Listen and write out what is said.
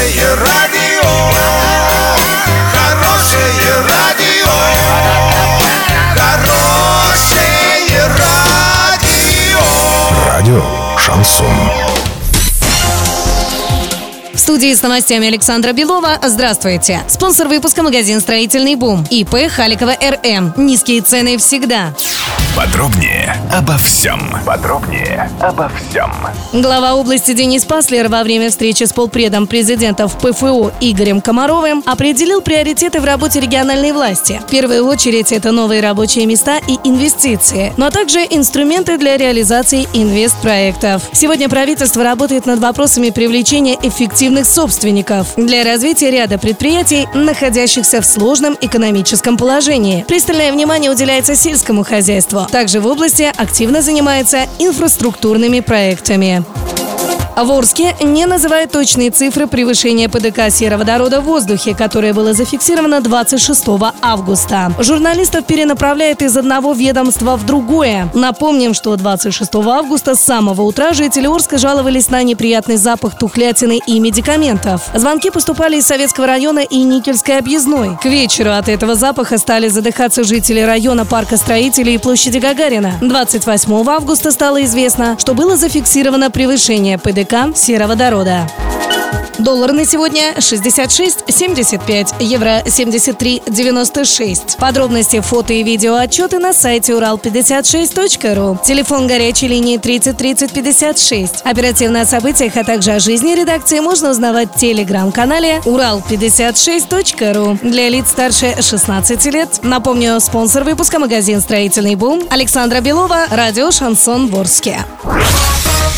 Хорошее радио, хорошее радио, хорошее радио. Радио «Шансон». В студии с новостями Александра Белова. Здравствуйте. Спонсор выпуска — магазин «Строительный бум». ИП Халикова РМ. Низкие цены всегда. Подробнее обо всем. Глава области Денис Паслер во время встречи с полпредом президентов ПФО Игорем Комаровым определил приоритеты в работе региональной власти. В первую очередь это новые рабочие места и инвестиции, но также инструменты для реализации инвестпроектов. Сегодня правительство работает над вопросами привлечения эффективных собственников для развития ряда предприятий, находящихся в сложном экономическом положении. Пристальное внимание уделяется сельскому хозяйству. Также в области активно занимаются инфраструктурными проектами. В Орске не называют точные цифры превышения ПДК сероводорода в воздухе, которое было зафиксировано 26 августа. Журналистов перенаправляют из одного ведомства в другое. Напомним, что 26 августа с самого утра жители Орска жаловались на неприятный запах тухлятины и медикаментов. Звонки поступали из Советского района и Никельской объездной. К вечеру от этого запаха стали задыхаться жители района Парка Строителей и площади Гагарина. 28 августа стало известно, что было зафиксировано превышение ПДК сероводорода. Доллар на сегодня 66.75, евро 73.96. Подробности, фото и видео отчеты на сайте урал56.ру. Телефон горячей линии 30 30 56. Оперативно о событиях, а также о жизни редакции можно узнавать в телеграм-канале урал56.ру. Для лиц старше 16 лет. Напомню, спонсор выпуска — магазин «Строительный бум». Александра Белова, радио «Шансон» в Орске.